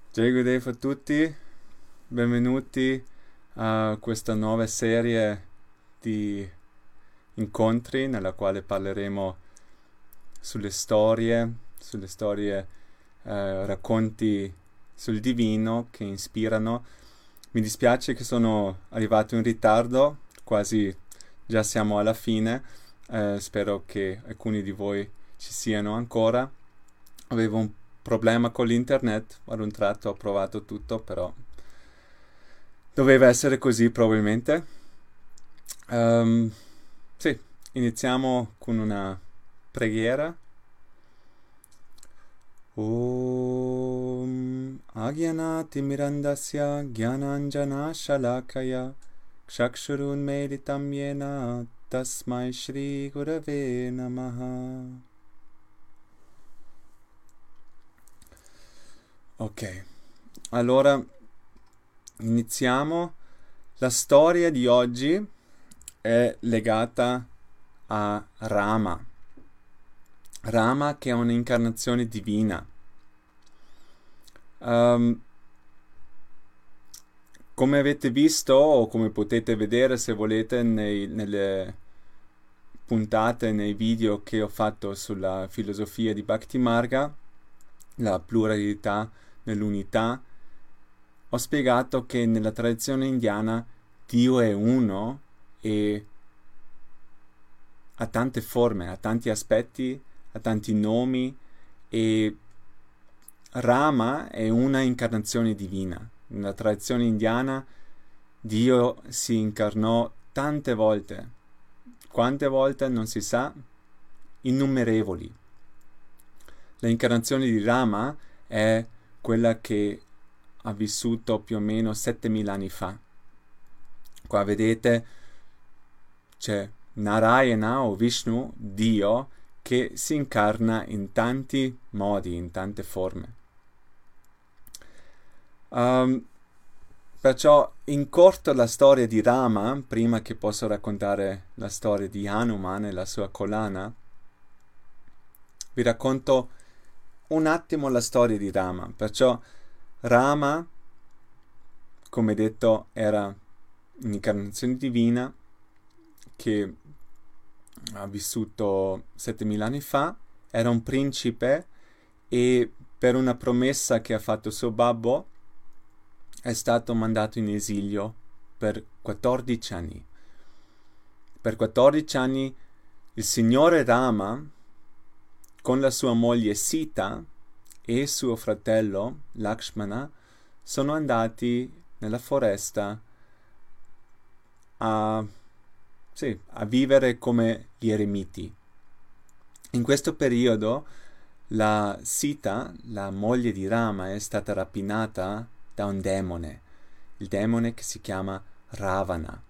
Jai Gurudev a tutti, benvenuti a questa nuova serie di incontri nella quale parleremo sulle storie, racconti sul divino che ispirano. Mi dispiace che sono arrivato in ritardo, quasi già siamo alla fine, spero che alcuni di voi ci siano ancora. Avevo un problema con l'internet, ad un tratto ho provato tutto, però doveva essere così probabilmente. Sì, iniziamo con una preghiera. Om Agyanati Mirandasya Gyananjana Shalakaya Kshakshurun Meditam Yena Tasmai Shri Gurave Namaha. Ok, allora iniziamo. La storia di oggi è legata a Rama. Rama che è un'incarnazione divina. Come avete visto o come potete vedere se volete nelle puntate, nei video che ho fatto sulla filosofia di Bhakti Marga, la pluralità nell'unità, ho spiegato che nella tradizione indiana Dio è uno e ha tante forme, ha tanti aspetti, ha tanti nomi, e Rama è una incarnazione divina. Nella tradizione indiana Dio si incarnò tante volte. Quante volte non si sa? Innumerevoli. L'incarnazione di Rama è quella che ha vissuto più o meno 7000 anni fa. Qua vedete c'è Narayana o Vishnu, Dio, che si incarna in tanti modi, in tante forme. Perciò in corto la storia di Rama, prima che posso raccontare la storia di Hanuman e la sua collana, vi racconto un attimo la storia di Rama. Perciò Rama, come detto, era un'incarnazione divina che ha vissuto 7000 anni fa, era un principe e per una promessa che ha fatto suo babbo è stato mandato in esilio per 14 anni. Per 14 anni il signore Rama con la sua moglie Sita e suo fratello Lakshmana sono andati nella foresta a vivere come gli eremiti. In questo periodo la Sita, la moglie di Rama, è stata rapinata da un demone, il demone che si chiama Ravana.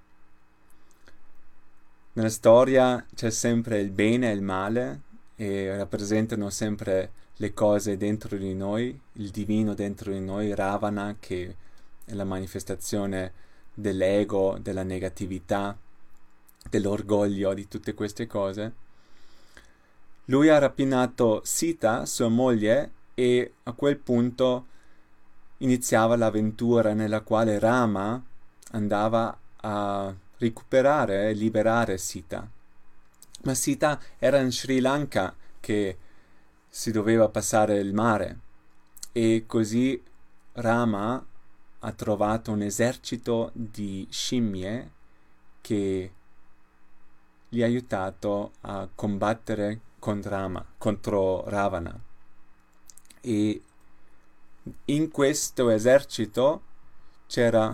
Nella storia c'è sempre il bene e il male e rappresentano sempre le cose dentro di noi, il divino dentro di noi, Ravana che è la manifestazione dell'ego, della negatività, dell'orgoglio, di tutte queste cose. Lui ha rapinato Sita, sua moglie, e a quel punto iniziava l'avventura nella quale Rama andava a recuperare e liberare Sita. Ma Sita era in Sri Lanka che si doveva passare il mare e così Rama ha trovato un esercito di scimmie che gli ha aiutato a combattere contro Ravana. E in questo esercito c'era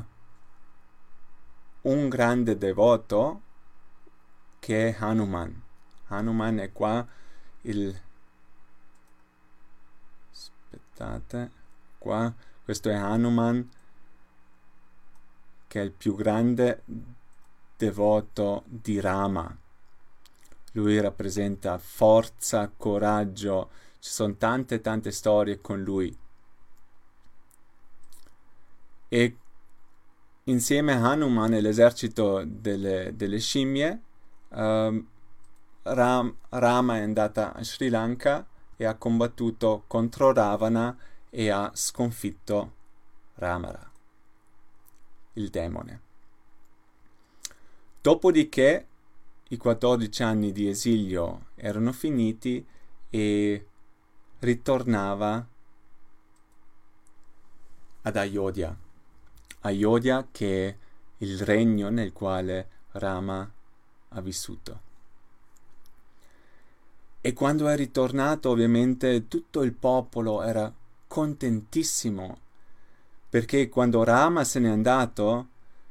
un grande devoto che è Hanuman. Hanuman è qua questo è Hanuman che è il più grande devoto di Rama. Lui rappresenta forza, coraggio, ci sono tante storie con lui. E insieme a Hanuman e l'esercito delle scimmie, Rama è andata a Sri Lanka e ha combattuto contro Ravana e ha sconfitto Ramara, il demone. Dopodiché i 14 anni di esilio erano finiti e ritornava ad Ayodhya. Ayodhya, che è il regno nel quale Rama ha vissuto. E quando è ritornato, ovviamente, tutto il popolo era contentissimo, perché quando Rama se n'è andato,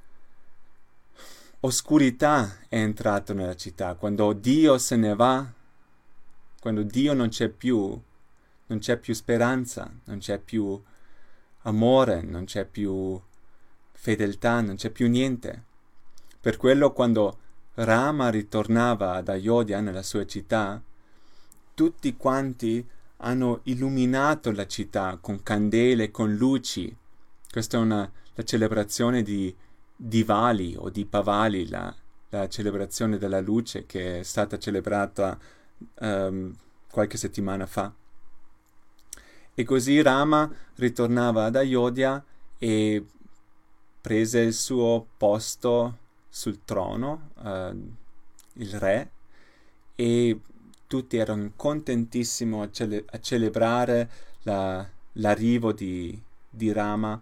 oscurità è entrata nella città. Quando Dio se ne va, quando Dio non c'è più speranza, non c'è più amore, non c'è più fedeltà, non c'è più niente. Per quello quando Rama ritornava ad Ayodhya, nella sua città, tutti quanti hanno illuminato la città con candele, con luci. Questa è la celebrazione di Diwali o di Pavali, la celebrazione della luce che è stata celebrata qualche settimana fa. E così Rama ritornava ad Ayodhya e prese il suo posto sul trono, il re, e tutti erano contentissimi a celebrare l'arrivo di Rama.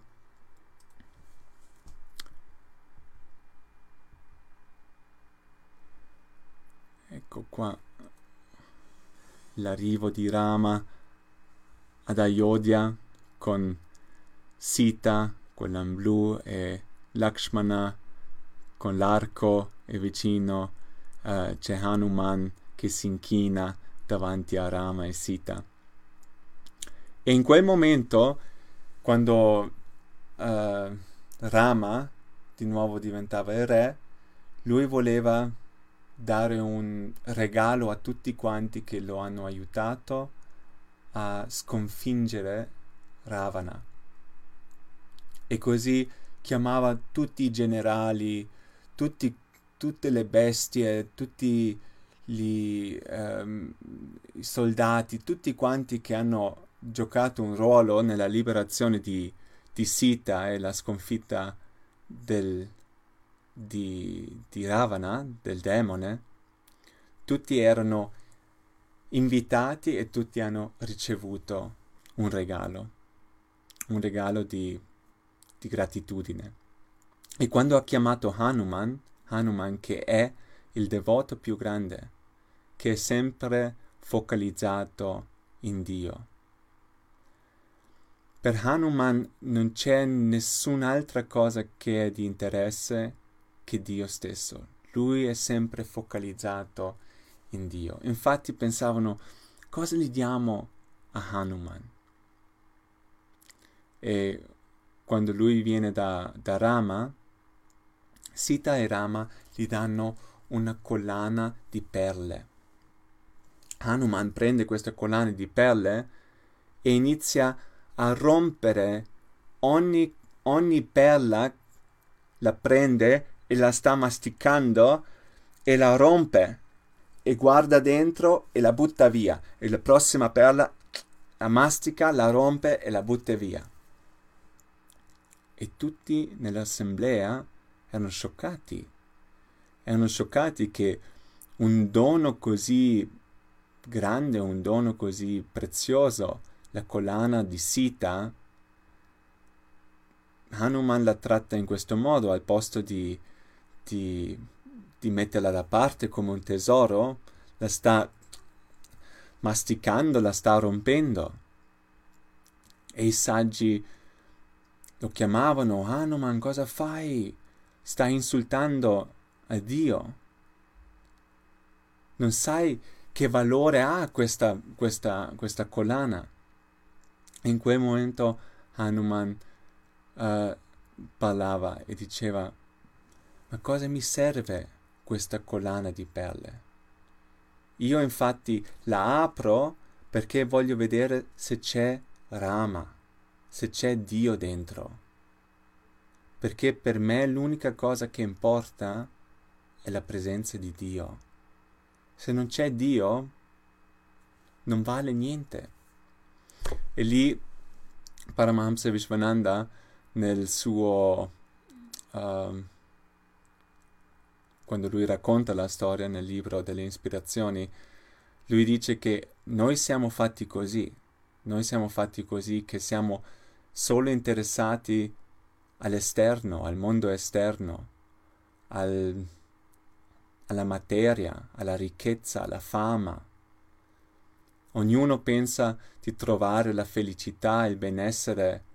Ecco qua l'arrivo di Rama ad Ayodhya con Sita, quella in blu, e Lakshmana con l'arco, e vicino c'è Hanuman che si inchina davanti a Rama e Sita. E in quel momento, quando Rama di nuovo diventava il re, lui voleva dare un regalo a tutti quanti che lo hanno aiutato a sconfiggere Ravana. E così chiamava tutti i generali, tutte le bestie, tutti i soldati, tutti quanti che hanno giocato un ruolo nella liberazione di Sita e la sconfitta di Ravana, del demone. Tutti erano invitati e tutti hanno ricevuto un regalo di gratitudine. E quando ha chiamato Hanuman, che è il devoto più grande, che è sempre focalizzato in Dio. Per Hanuman non c'è nessun'altra cosa che è di interesse che Dio stesso. Lui è sempre focalizzato in Dio. Infatti pensavano, cosa gli diamo a Hanuman? E quando lui viene da Rama, Sita e Rama gli danno una collana di perle. Hanuman prende queste collane di perle e inizia a rompere ogni perla, la prende e la sta masticando e la rompe e guarda dentro e la butta via, e la prossima perla la mastica, la rompe e la butta via. E tutti nell'assemblea erano scioccati che un dono così grande, un dono così prezioso, la collana di Sita, Hanuman la tratta in questo modo, al posto di metterla da parte come un tesoro, la sta masticando, la sta rompendo. E i saggi lo chiamavano: Hanuman, cosa fai? Stai insultando a Dio. Non sai che valore ha questa collana. In quel momento Hanuman parlava e diceva: ma cosa mi serve questa collana di perle? Io infatti la apro perché voglio vedere se c'è Rama, se c'è Dio dentro. Perché per me l'unica cosa che importa è la presenza di Dio. Se non c'è Dio, non vale niente. E lì Paramahamsa Vishwananda nel suo... quando lui racconta la storia nel libro delle ispirazioni, lui dice che noi siamo fatti così che siamo solo interessati all'esterno, al mondo esterno, alla materia, alla ricchezza, alla fama. Ognuno pensa di trovare la felicità, il benessere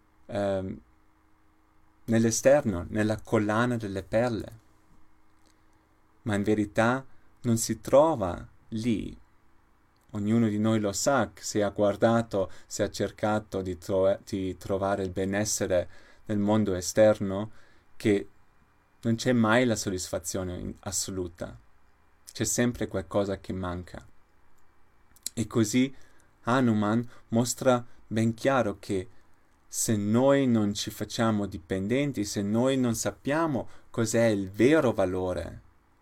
nell'esterno, nella collana delle perle. Ma in verità non si trova lì. Ognuno di noi lo sa, se ha guardato, se ha cercato di trovare il benessere nel mondo esterno, che non c'è mai la soddisfazione assoluta. C'è sempre qualcosa che manca. E così Hanuman mostra ben chiaro che se noi non ci facciamo dipendenti, se noi non sappiamo cos'è il vero valore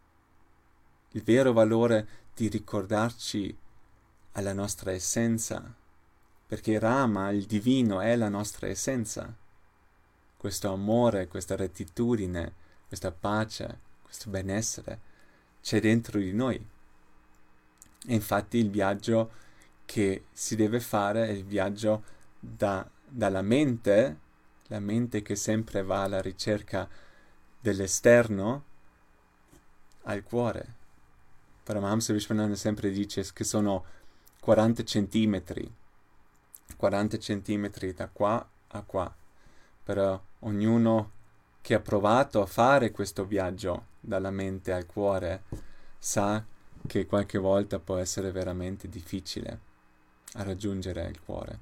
di ricordarci alla nostra essenza, perché Rama, il divino, è la nostra essenza. Questo amore, questa rettitudine, questa pace, questo benessere c'è dentro di noi. E infatti il viaggio che si deve fare è il viaggio dalla mente, la mente che sempre va alla ricerca dell'esterno, al cuore. Paramahamsa Vishwananda sempre dice che sono 40 centimetri da qua a qua. Per ognuno che ha provato a fare questo viaggio dalla mente al cuore sa che qualche volta può essere veramente difficile a raggiungere il cuore.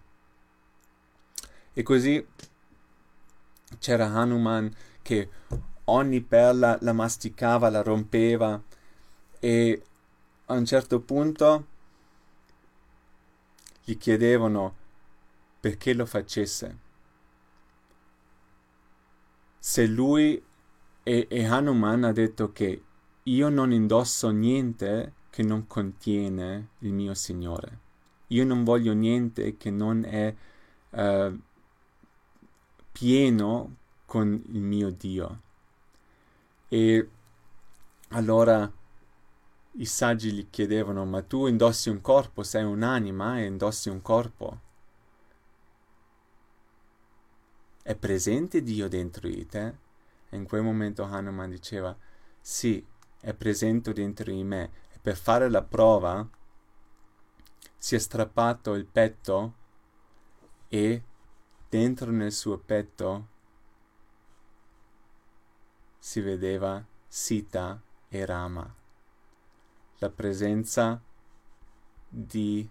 E così c'era Hanuman che ogni perla la masticava, la rompeva, e a un certo punto gli chiedevano perché lo facesse. Se lui e Hanuman ha detto che io non indosso niente che non contiene il mio Signore. Io non voglio niente che non è pieno con il mio Dio. E allora i saggi gli chiedevano: ma tu indossi un corpo, sei un'anima e indossi un corpo. È presente Dio dentro di te? E in quel momento Hanuman diceva: sì, è presente dentro di me. E per fare la prova si è strappato il petto e dentro nel suo petto si vedeva Sita e Rama, la presenza di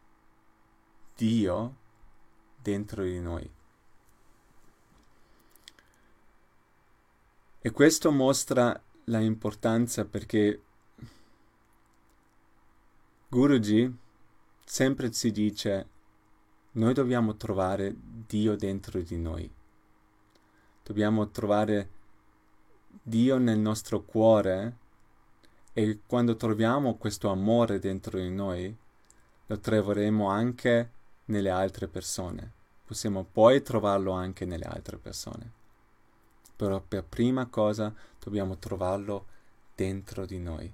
Dio dentro di noi. E questo mostra la importanza, perché Guruji sempre ci dice: noi dobbiamo trovare Dio dentro di noi. Dobbiamo trovare Dio nel nostro cuore, e quando troviamo questo amore dentro di noi, lo troveremo anche nelle altre persone. Possiamo poi trovarlo anche nelle altre persone. Però per prima cosa dobbiamo trovarlo dentro di noi.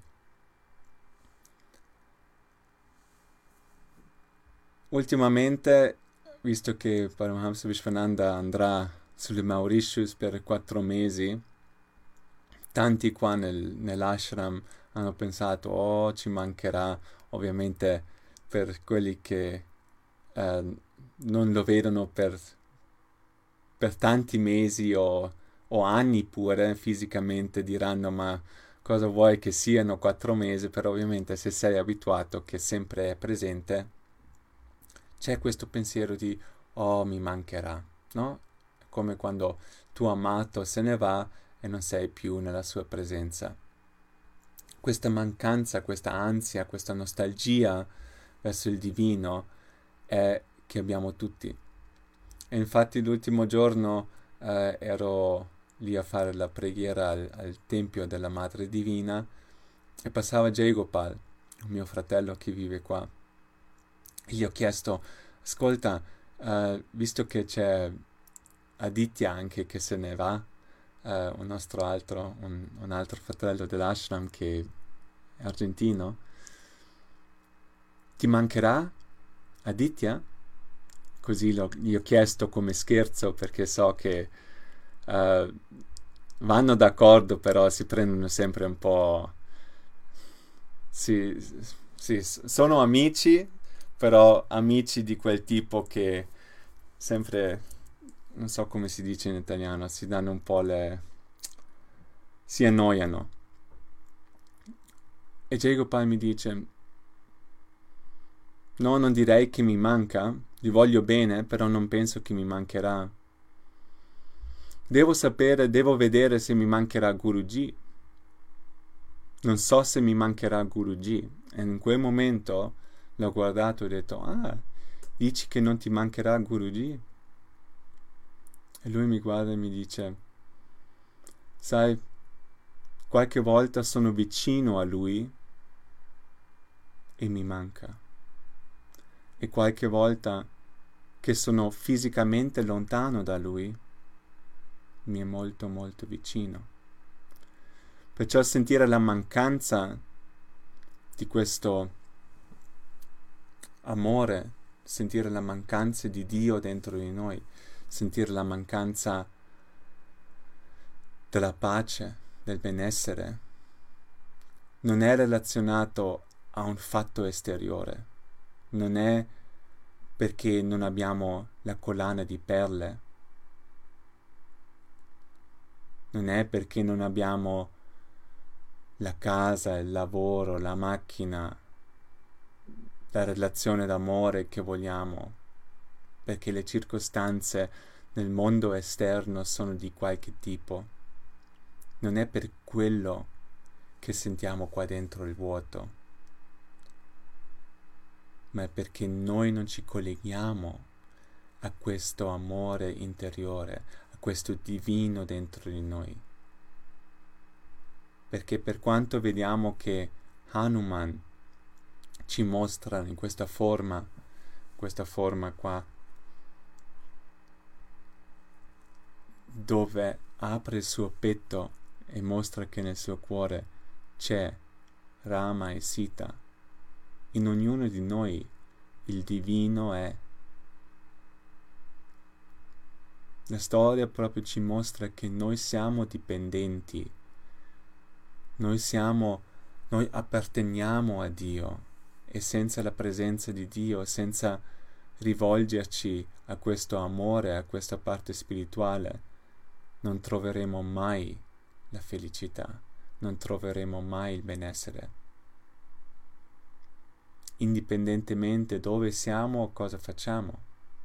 Ultimamente, visto che Paramahamsa Vishwananda andrà sulle Mauritius per 4 mesi, tanti qua nell'ashram hanno pensato: oh, ci mancherà. Ovviamente per quelli che non lo vedono per tanti mesi o anni pure fisicamente, diranno: ma cosa vuoi che siano 4 mesi? Però ovviamente se sei abituato che sempre è presente, c'è questo pensiero di: oh, mi mancherà, no? Come quando tuo amato se ne va e non sei più nella sua presenza. Questa mancanza, questa ansia, questa nostalgia verso il divino è che abbiamo tutti. E infatti l'ultimo giorno ero lì a fare la preghiera al tempio della Madre Divina e passava Jai Gopal, mio fratello che vive qua. E gli ho chiesto: ascolta, visto che c'è Aditya anche che se ne va, un altro fratello dell'ashram che è argentino. Ti mancherà Aditya? Così gli ho chiesto come scherzo perché so che vanno d'accordo, però si prendono sempre un po'. Sì, sì, sono amici, però amici di quel tipo che sempre, non so come si dice in italiano, si danno un po' si annoiano. E Jayagopal mi dice: no, non direi che mi manca, gli voglio bene, però non penso che mi mancherà. Devo vedere se mi mancherà Guruji. Non so se mi mancherà Guruji. E in quel momento l'ho guardato e ho detto: ah, dici che non ti mancherà Guruji? E lui mi guarda e mi dice: sai, qualche volta sono vicino a lui e mi manca. E qualche volta che sono fisicamente lontano da lui mi è molto molto vicino. Perciò sentire la mancanza di questo amore, sentire la mancanza di Dio dentro di noi, sentire la mancanza della pace, del benessere, non è relazionato a un fatto esteriore, non è perché non abbiamo la collana di perle, non è perché non abbiamo la casa, il lavoro, la macchina, la relazione d'amore che vogliamo, perché le circostanze nel mondo esterno sono di qualche tipo. Non è per quello che sentiamo qua dentro il vuoto, ma è perché noi non ci colleghiamo a questo amore interiore, a questo divino dentro di noi. Perché per quanto vediamo che Hanuman ci mostra in questa forma qua, dove apre il suo petto e mostra che nel suo cuore c'è Rama e Sita, in ognuno di noi il divino è. La storia proprio ci mostra che noi siamo dipendenti, noi apparteniamo a Dio, e senza la presenza di Dio, senza rivolgerci a questo amore, a questa parte spirituale, non troveremo mai la felicità, non troveremo mai il benessere. Indipendentemente dove siamo o cosa facciamo.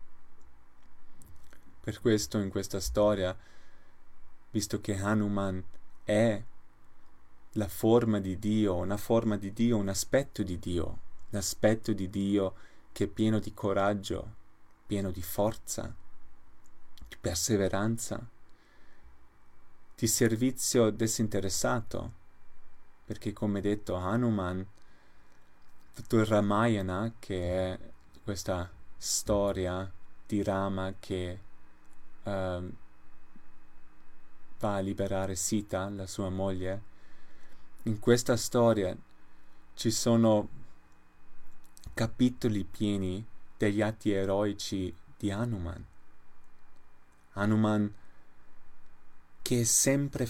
Per questo in questa storia, visto che Hanuman è la forma di Dio, una forma di Dio, un aspetto di Dio, l'aspetto di Dio che è pieno di coraggio, pieno di forza, di perseveranza, di servizio disinteressato, perché come detto Hanuman, tutto il Ramayana, che è questa storia di Rama che va a liberare Sita, la sua moglie, in questa storia ci sono capitoli pieni degli atti eroici di Hanuman. Hanuman che è sempre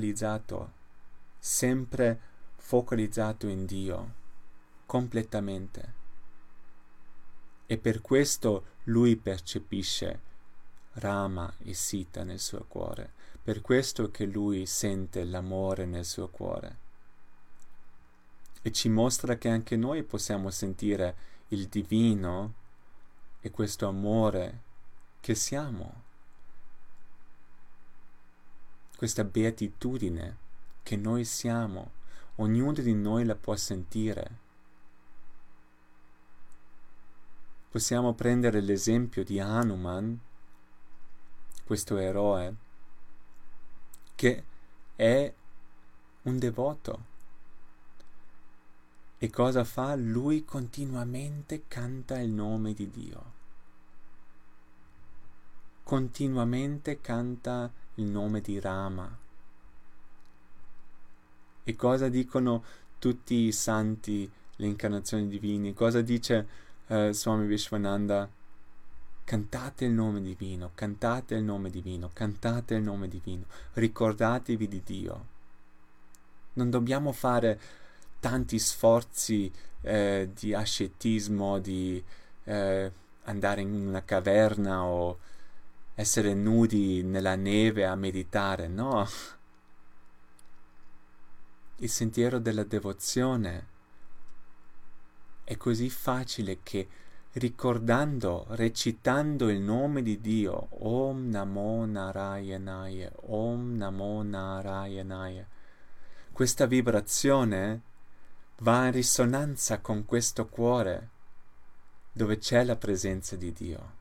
focalizzato in Dio, completamente. E per questo lui percepisce Rama e Sita nel suo cuore, per questo che lui sente l'amore nel suo cuore. E ci mostra che anche noi possiamo sentire il divino e questo amore che siamo, questa beatitudine che noi siamo, ognuno di noi la può sentire. Possiamo prendere l'esempio di Hanuman, questo eroe, che è un devoto. E cosa fa? Lui continuamente canta il nome di Dio. continuamente canta il nome di Rama. E cosa dicono tutti i santi, le incarnazioni divine? Cosa dice Swami Vishwananda? Cantate il nome divino, cantate il nome divino, cantate il nome divino, ricordatevi di Dio. Non dobbiamo fare tanti sforzi di ascetismo, di andare in una caverna o essere nudi nella neve a meditare, no. Il sentiero della devozione è così facile che ricordando, recitando il nome di Dio, Om Namo Narayanaya, Om Namo Narayanaya, questa vibrazione va in risonanza con questo cuore dove c'è la presenza di Dio.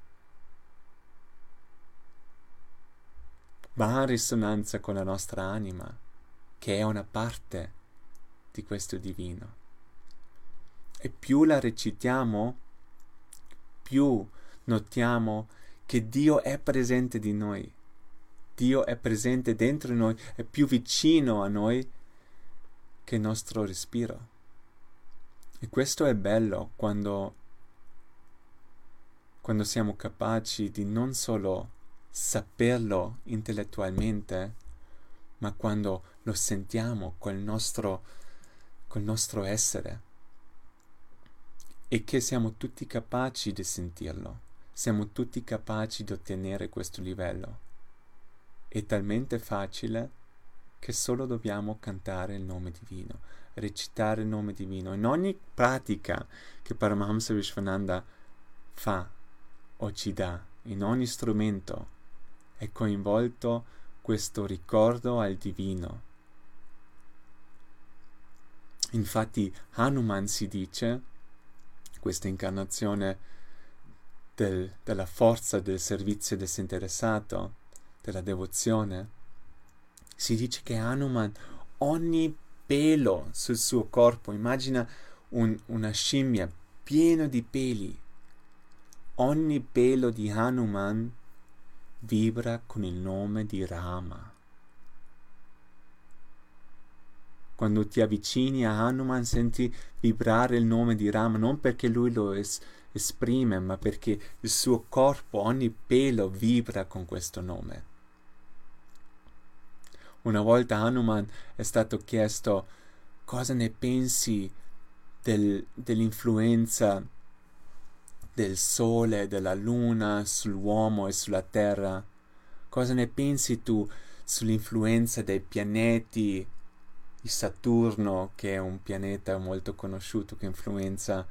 Va in risonanza con la nostra anima, che è una parte di questo divino. E più la recitiamo, più notiamo che Dio è presente di noi. Dio è presente dentro di noi, è più vicino a noi che il nostro respiro. E questo è bello quando siamo capaci di non solo saperlo intellettualmente, ma quando lo sentiamo col nostro essere. E che siamo tutti capaci di sentirlo, siamo tutti capaci di ottenere questo livello. È talmente facile che solo dobbiamo cantare il nome divino, recitare il nome divino. In ogni pratica che Paramahamsa Vishwananda fa o ci dà, in ogni strumento, è coinvolto questo ricordo al divino. Infatti Hanuman si dice, questa incarnazione della forza del servizio disinteressato, della devozione, si dice che Hanuman ogni pelo sul suo corpo, immagina una scimmia pieno di peli, ogni pelo di Hanuman vibra con il nome di Rama. Quando ti avvicini a Hanuman senti vibrare il nome di Rama, non perché lui lo esprime, ma perché il suo corpo, ogni pelo vibra con questo nome. Una volta Hanuman è stato chiesto cosa ne pensi dell'influenza del sole e della luna sull'uomo e sulla terra. Cosa ne pensi tu sull'influenza dei pianeti, di Saturno, che è un pianeta molto conosciuto che influenza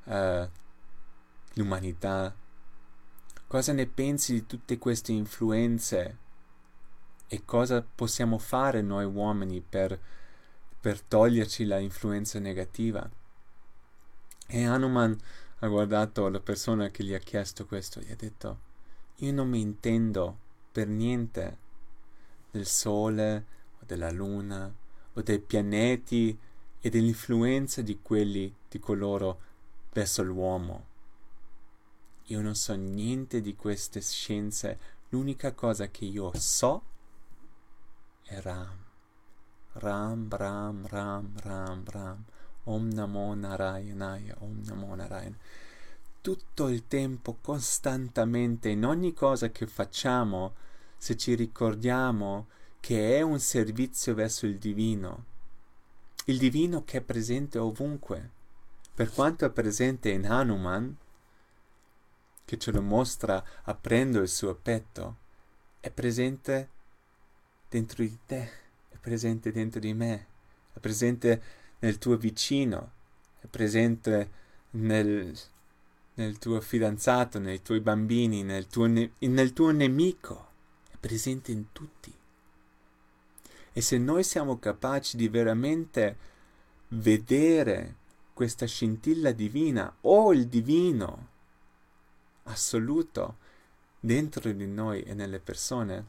l'umanità? Cosa ne pensi di tutte queste influenze e cosa possiamo fare noi uomini per toglierci la influenza negativa? E Hanuman ha guardato la persona che gli ha chiesto questo e gli ha detto: io non mi intendo per niente del sole o della luna o dei pianeti e dell'influenza di coloro verso l'uomo. Io non so niente di queste scienze, l'unica cosa che io so è Ram. Ram, Ram, Ram, Ram, Ram. Om Namo Narayanaya, Om Namo Narayana. Tutto il tempo, costantemente, in ogni cosa che facciamo, se ci ricordiamo che è un servizio verso il divino che è presente ovunque, per quanto è presente in Hanuman, che ce lo mostra aprendo il suo petto, è presente dentro di te, è presente dentro di me, è presente nel tuo vicino, è presente nel tuo fidanzato, nei tuoi bambini, nel tuo nemico, è presente in tutti. E se noi siamo capaci di veramente vedere questa scintilla divina o il divino assoluto dentro di noi e nelle persone,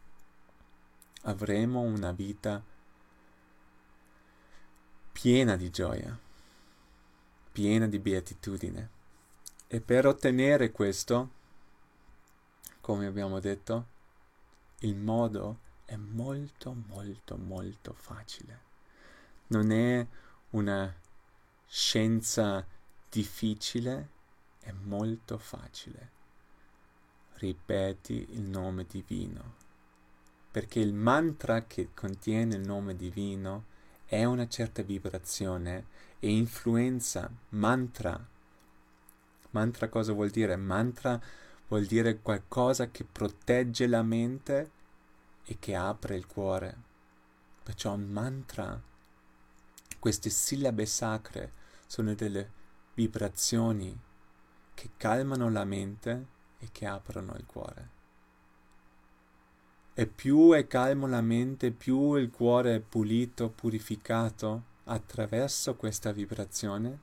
avremo una vita piena di gioia, piena di beatitudine. E per ottenere questo, come abbiamo detto, il modo è molto molto molto facile. Non è una scienza difficile, è molto facile. Ripeti il nome divino, perché il mantra che contiene il nome divino è una certa vibrazione e influenza. Mantra cosa vuol dire? Mantra vuol dire qualcosa che protegge la mente e che apre il cuore. Perciò mantra, queste sillabe sacre, sono delle vibrazioni che calmano la mente e che aprono il cuore. E più è calmo la mente, più il cuore è pulito, purificato attraverso questa vibrazione,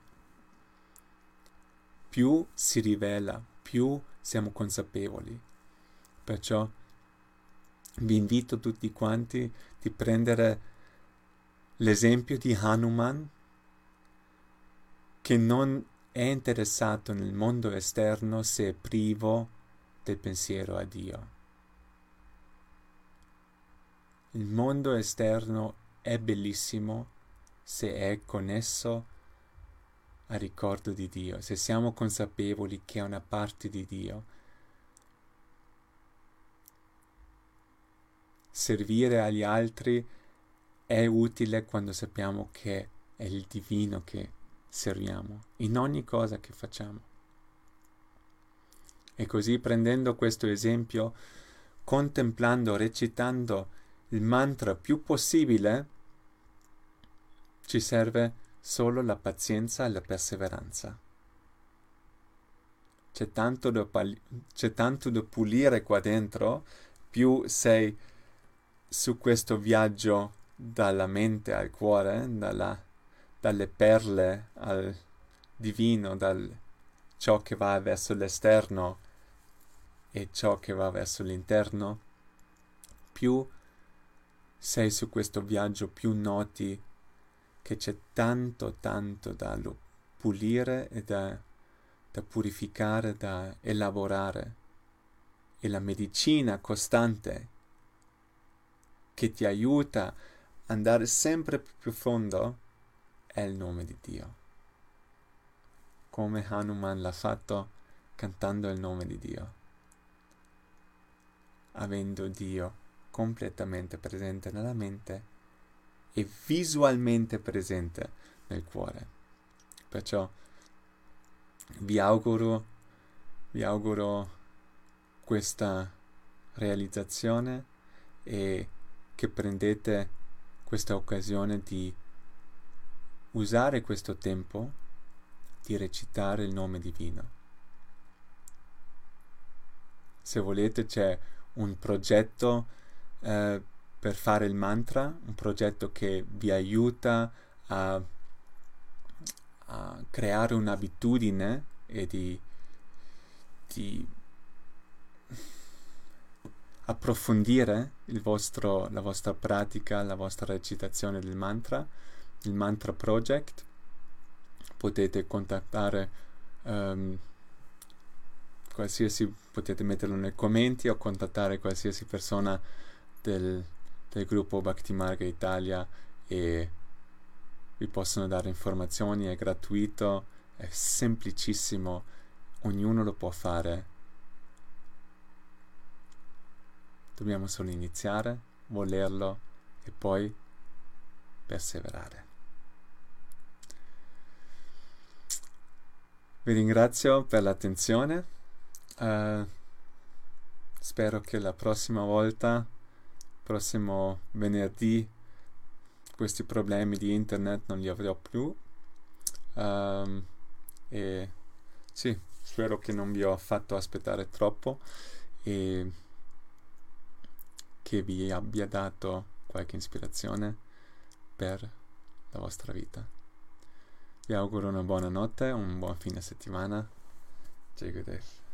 più si rivela, più siamo consapevoli. Perciò vi invito tutti quanti di prendere l'esempio di Hanuman, che non è interessato nel mondo esterno se è privo del pensiero a Dio. Il mondo esterno è bellissimo se è connesso al ricordo di Dio, se siamo consapevoli che è una parte di Dio. Servire agli altri è utile quando sappiamo che è il divino che serviamo, in ogni cosa che facciamo. E così, prendendo questo esempio, contemplando, recitando il mantra più possibile, ci serve solo la pazienza e la perseveranza. C'è tanto da pulire qua dentro, più sei su questo viaggio dalla mente al cuore, dalle perle al divino, ciò che va verso l'esterno e ciò che va verso l'interno, più sei su questo viaggio, più noti che c'è tanto da pulire e da purificare, da elaborare. E la medicina costante che ti aiuta ad andare sempre più profondo è il nome di Dio. Come Hanuman l'ha fatto cantando il nome di Dio, avendo Dio completamente presente nella mente e visualmente presente nel cuore. Perciò vi auguro questa realizzazione e che prendete questa occasione di usare questo tempo di recitare il nome divino. Se volete c'è un progetto per fare il mantra, un progetto che vi aiuta a creare un'abitudine e di approfondire la vostra pratica, la vostra recitazione del mantra, il Mantra Project. Potete contattare potete metterlo nei commenti o contattare qualsiasi persona del gruppo Bhakti Marga Italia e vi possono dare informazioni. È gratuito, è semplicissimo, ognuno lo può fare. Dobbiamo solo iniziare, volerlo e poi perseverare. Vi ringrazio per l'attenzione. Spero che la prossima volta, prossimo venerdì, questi problemi di internet non li avrò più. E sì, spero che non vi ho fatto aspettare troppo e che vi abbia dato qualche ispirazione per la vostra vita. Vi auguro una buona notte, un buon fine settimana. Jai Gurudev.